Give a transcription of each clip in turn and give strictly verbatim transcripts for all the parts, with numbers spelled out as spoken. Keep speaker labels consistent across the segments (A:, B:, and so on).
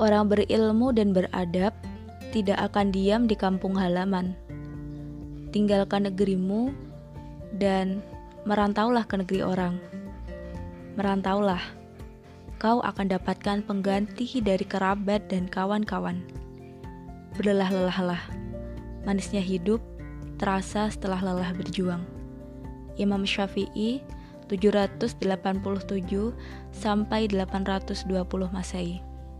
A: Orang berilmu dan beradab tidak akan diam di kampung halaman. Tinggalkan negerimu dan merantaulah ke negeri orang. Merantaulah, kau akan dapatkan pengganti dari kerabat dan kawan-kawan. Berlelah-lelahlah, manisnya hidup terasa setelah lelah berjuang. Imam Syafi'i tujuh ratus delapan puluh tujuh sampai delapan ratus dua puluh Masehi.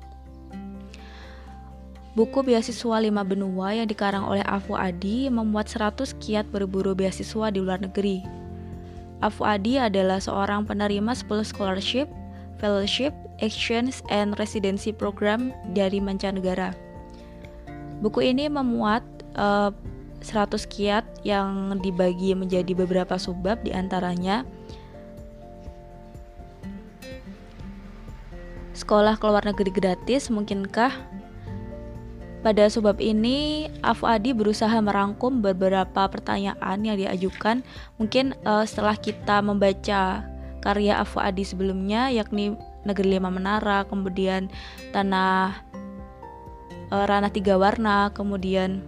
A: Buku Beasiswa Lima Benua yang dikarang oleh Afu Adi memuat seratus kiat berburu beasiswa di luar negeri. Afu Adi adalah seorang penerima sepuluh scholarship, fellowship, exchange, and residency program dari mancanegara. Buku ini memuat uh, seratus kiat yang dibagi menjadi beberapa subbab, diantaranya sekolah ke luar negeri gratis, mungkinkah? Pada subbab ini, Afu Adi berusaha merangkum beberapa pertanyaan yang diajukan. Mungkin uh, setelah kita membaca karya Afu Adi sebelumnya, yakni Negeri Lima Menara, kemudian Tanah uh, Ranah Tiga Warna, kemudian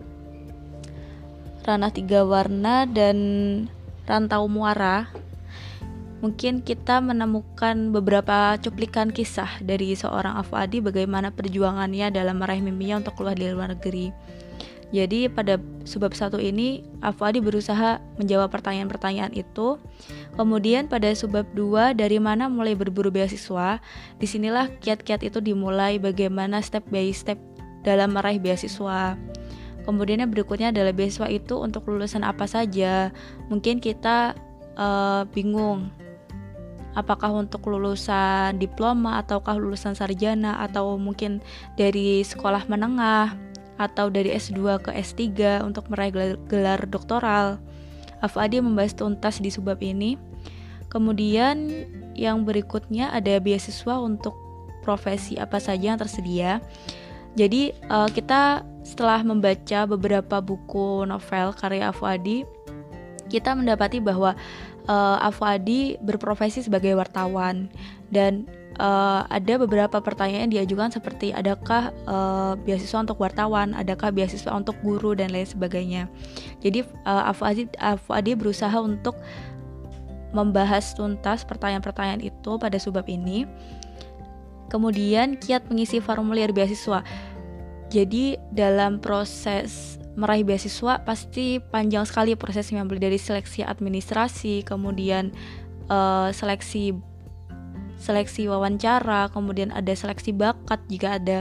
A: Ranah Tiga Warna dan Rantau Muara, mungkin kita menemukan beberapa cuplikan kisah dari seorang Afu Adi bagaimana perjuangannya dalam meraih mimpinya untuk keluar dari luar negeri. Jadi pada subbab satu ini Afu Adi berusaha menjawab pertanyaan-pertanyaan itu. Kemudian pada subbab dua, dari mana mulai berburu beasiswa, disinilah kiat-kiat itu dimulai, bagaimana step by step dalam meraih beasiswa. Kemudian yang berikutnya adalah beasiswa itu untuk lulusan apa saja. Mungkin kita uh, bingung, apakah untuk lulusan diploma, ataukah lulusan sarjana, atau mungkin dari sekolah menengah, atau dari S dua ke S tiga untuk meraih gelar, gelar doktoral. Afu Adi membahas tuntas di subbab ini. Kemudian yang berikutnya ada beasiswa untuk profesi apa saja yang tersedia. Jadi uh, kita setelah membaca beberapa buku novel karya Afu Adi, kita mendapati bahwa Uh, Afu Adi berprofesi sebagai wartawan, dan uh, ada beberapa pertanyaan yang diajukan seperti adakah uh, beasiswa untuk wartawan, adakah beasiswa untuk guru, dan lain sebagainya. Jadi uh, Afu Adi, Afu Adi berusaha untuk membahas tuntas pertanyaan-pertanyaan itu pada subbab ini. Kemudian kiat mengisi formulir beasiswa. Jadi dalam proses meraih beasiswa pasti panjang sekali prosesnya, mulai dari seleksi administrasi, kemudian uh, seleksi seleksi wawancara, kemudian ada seleksi bakat jika ada.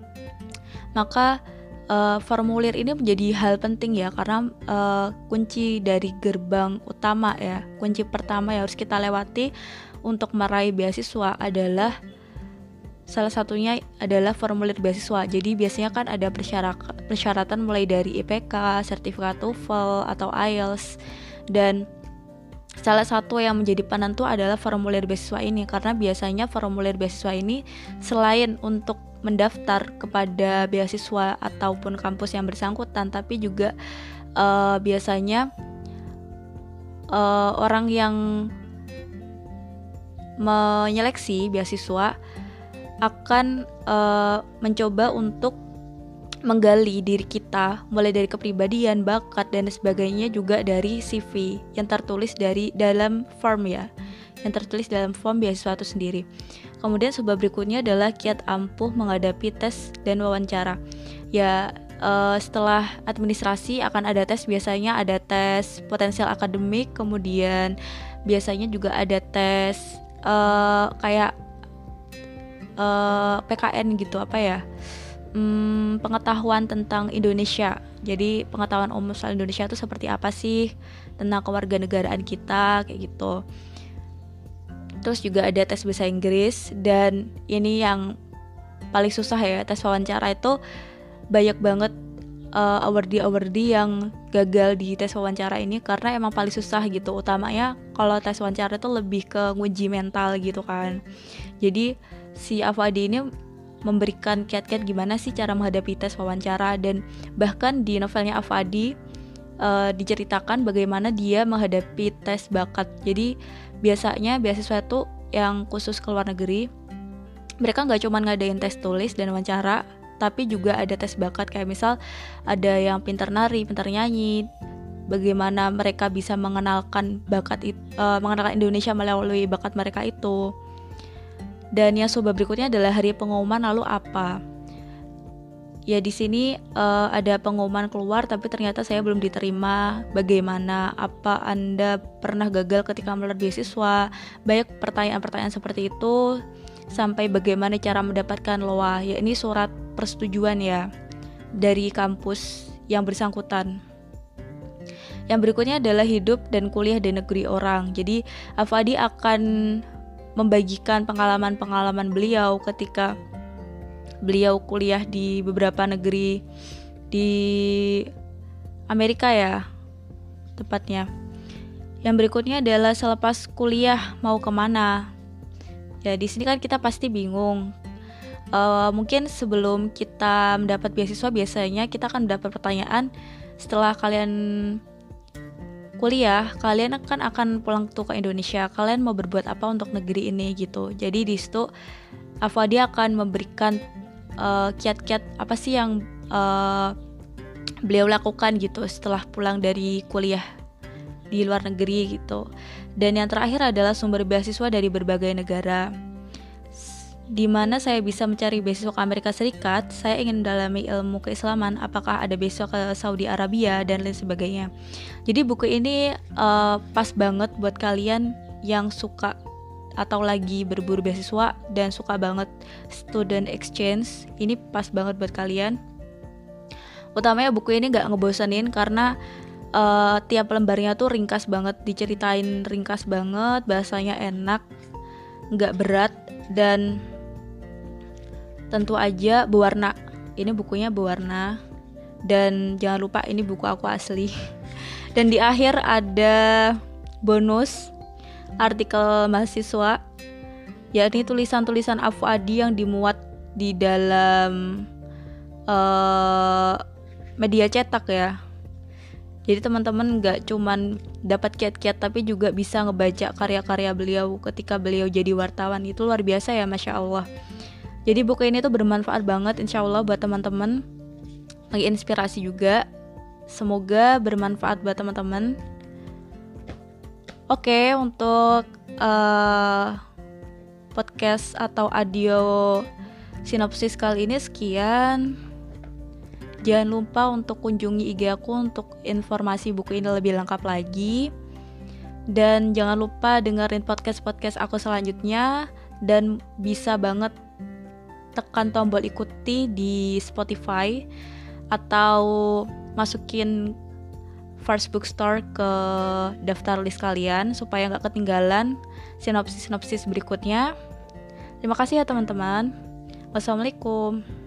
A: Maka uh, formulir ini menjadi hal penting ya, karena uh, kunci dari gerbang utama ya, kunci pertama yang harus kita lewati untuk meraih beasiswa adalah salah satunya adalah formulir beasiswa. Jadi biasanya kan ada persyaratan, persyaratan mulai dari I P K, sertifikat TOEFL atau I E L T S, dan salah satu yang menjadi penentu adalah formulir beasiswa ini, karena biasanya formulir beasiswa ini selain untuk mendaftar kepada beasiswa ataupun kampus yang bersangkutan, tapi juga uh, biasanya uh, orang yang menyeleksi beasiswa akan uh, mencoba untuk menggali diri kita, mulai dari kepribadian, bakat, dan sebagainya, juga dari C V yang tertulis dari dalam form ya, yang tertulis dalam form beasiswa itu sendiri. Kemudian sebab berikutnya adalah kiat ampuh menghadapi tes dan wawancara. Ya uh, setelah administrasi akan ada tes, biasanya ada tes potensial akademik, kemudian biasanya juga ada tes uh, kayak Uh, P K N gitu, apa ya, hmm, pengetahuan tentang Indonesia. Jadi pengetahuan umum soal Indonesia itu seperti apa sih, tentang kewarganegaraan kita, kayak gitu. Terus juga ada tes bahasa Inggris, dan ini yang paling susah ya, tes wawancara itu banyak banget uh, awardee-awardee yang gagal di tes wawancara ini karena emang paling susah gitu. Utamanya kalau tes wawancara itu lebih ke nguji mental gitu kan. Jadi si Afu Adi ini memberikan kiat-kiat gimana sih cara menghadapi tes wawancara, dan bahkan di novelnya Afu Adi uh, diceritakan bagaimana dia menghadapi tes bakat. Jadi biasanya beasiswa itu yang khusus ke luar negeri mereka nggak cuma ngadain tes tulis dan wawancara, tapi juga ada tes bakat, kayak misal ada yang pintar nari, pintar nyanyi, bagaimana mereka bisa mengenalkan bakat it, uh, mengenalkan Indonesia melalui bakat mereka itu. Dan yang coba berikutnya adalah hari pengumuman, lalu apa? Ya di sini uh, ada pengumuman keluar tapi ternyata saya belum diterima. Bagaimana? Apa Anda pernah gagal ketika melamar beasiswa? Banyak pertanyaan-pertanyaan seperti itu. Sampai bagaimana cara mendapatkan L O A, ya ini surat persetujuan ya dari kampus yang bersangkutan. Yang berikutnya adalah hidup dan kuliah di negeri orang. Jadi Afadi akan membagikan pengalaman-pengalaman beliau ketika beliau kuliah di beberapa negeri di Amerika ya tepatnya. Yang berikutnya adalah selepas kuliah mau kemana. Ya di sini kan kita pasti bingung. Uh, mungkin sebelum kita mendapat beasiswa biasanya kita akan mendapat pertanyaan, setelah kalian kuliah kalian kan akan pulang tuh ke Indonesia, kalian mau berbuat apa untuk negeri ini gitu. Jadi di situ Afadi akan memberikan uh, kiat-kiat apa sih yang uh, beliau lakukan gitu setelah pulang dari kuliah di luar negeri gitu. Dan yang terakhir adalah sumber beasiswa dari berbagai negara. Di mana saya bisa mencari beasiswa ke Amerika Serikat, saya ingin mendalami ilmu keislaman, apakah ada beasiswa ke Saudi Arabia dan lain sebagainya. Jadi buku ini uh, pas banget buat kalian yang suka atau lagi berburu beasiswa dan suka banget student exchange. Ini pas banget buat kalian. Utamanya buku ini gak ngebosanin karena uh, tiap lembarnya tuh ringkas banget, diceritain ringkas banget, bahasanya enak, gak berat, dan tentu aja berwarna. Ini bukunya berwarna. Dan jangan lupa ini buku aku asli. Dan di akhir ada bonus artikel mahasiswa, yakni tulisan-tulisan Afadi yang dimuat di dalam uh, media cetak ya. Jadi teman-teman gak cuman dapat kiat-kiat tapi juga bisa ngebaca karya-karya beliau ketika beliau jadi wartawan. Itu luar biasa ya, Masya Allah. Jadi buku ini tuh bermanfaat banget insya Allah buat teman-teman, menginspirasi juga. Semoga bermanfaat buat teman-teman. Oke, untuk uh, podcast atau audio sinopsis kali ini sekian. Jangan lupa untuk kunjungi I G aku untuk informasi buku ini lebih lengkap lagi. Dan jangan lupa dengerin podcast-podcast aku selanjutnya. Dan bisa banget tekan tombol ikuti di Spotify atau masukin First Bookstore ke daftar list kalian supaya nggak ketinggalan sinopsis-sinopsis berikutnya. Terima kasih ya teman-teman. Wassalamualaikum.